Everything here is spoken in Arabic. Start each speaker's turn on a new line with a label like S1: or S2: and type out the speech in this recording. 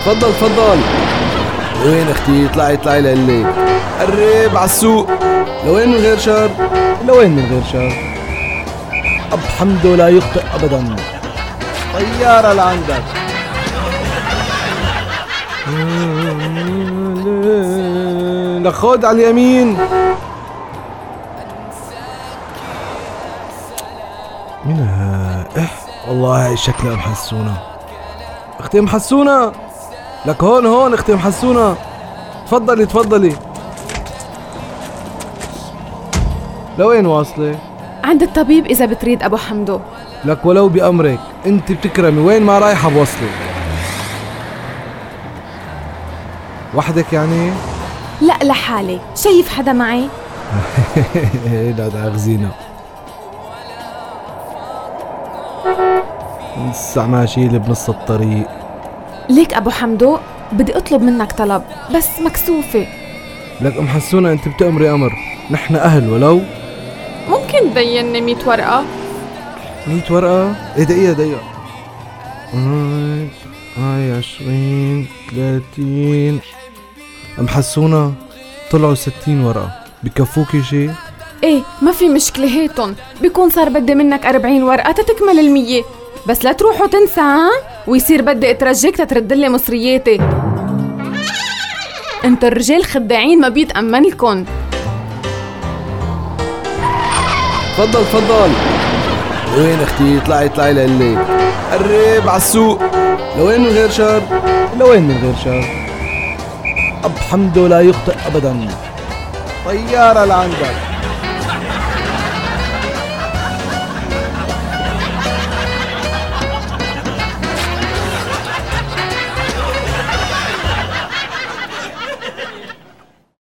S1: تفضل تفضل. لوين اختي؟ اطلعي لقلي. قرب عالسوق. لوين من غير شر؟
S2: لوين من غير شر؟ أب حمدو لا يخطئ أبدا.
S1: طيارة لعندك. لخود على اليمين.
S2: منها والله هاي شكلها محسونة.
S1: اختي محسونة، لك هون اختي محسونة. تفضلي. لوين واصلة؟
S3: عند الطبيب إذا بتريد أبو حمدو.
S1: لك ولو بأمرك، انت بتكرمي. وين ما رايحة بوصلك. وحدك يعني؟
S3: لا لحالي. شايف حدا معي؟
S1: لا تأخذينا. لسه ماشيلي بنص الطريق.
S3: ليك أبو حمدو بدي أطلب منك طلب بس مكسوفة.
S1: لك أم حسونة انت بتأمري أمر، نحن أهل. ولو
S3: ممكن تبينني 100 ورقة؟
S1: 100 ورقة؟ ايه دقيقة. هاي 20 30. أم حسونة طلعوا 60 ورقة، بكفوكي شي؟
S3: ايه ما في مشكلة، هيتن بيكون صار بدي منك 40 ورقة تتكمل 100. بس لا تروح وتنسى ها، ويصير بدي اترجيك تتردلي مصرياتي. انت الرجال خداعين ما بيتأمن لكن.
S1: تفضل. وين اختي؟ اطلعي لقلي. قرب عالسوق. لوين من غير شر؟
S2: لوين من غير شر؟ أب حمدو لا يخطئ أبدا.
S1: طيارة لعندك.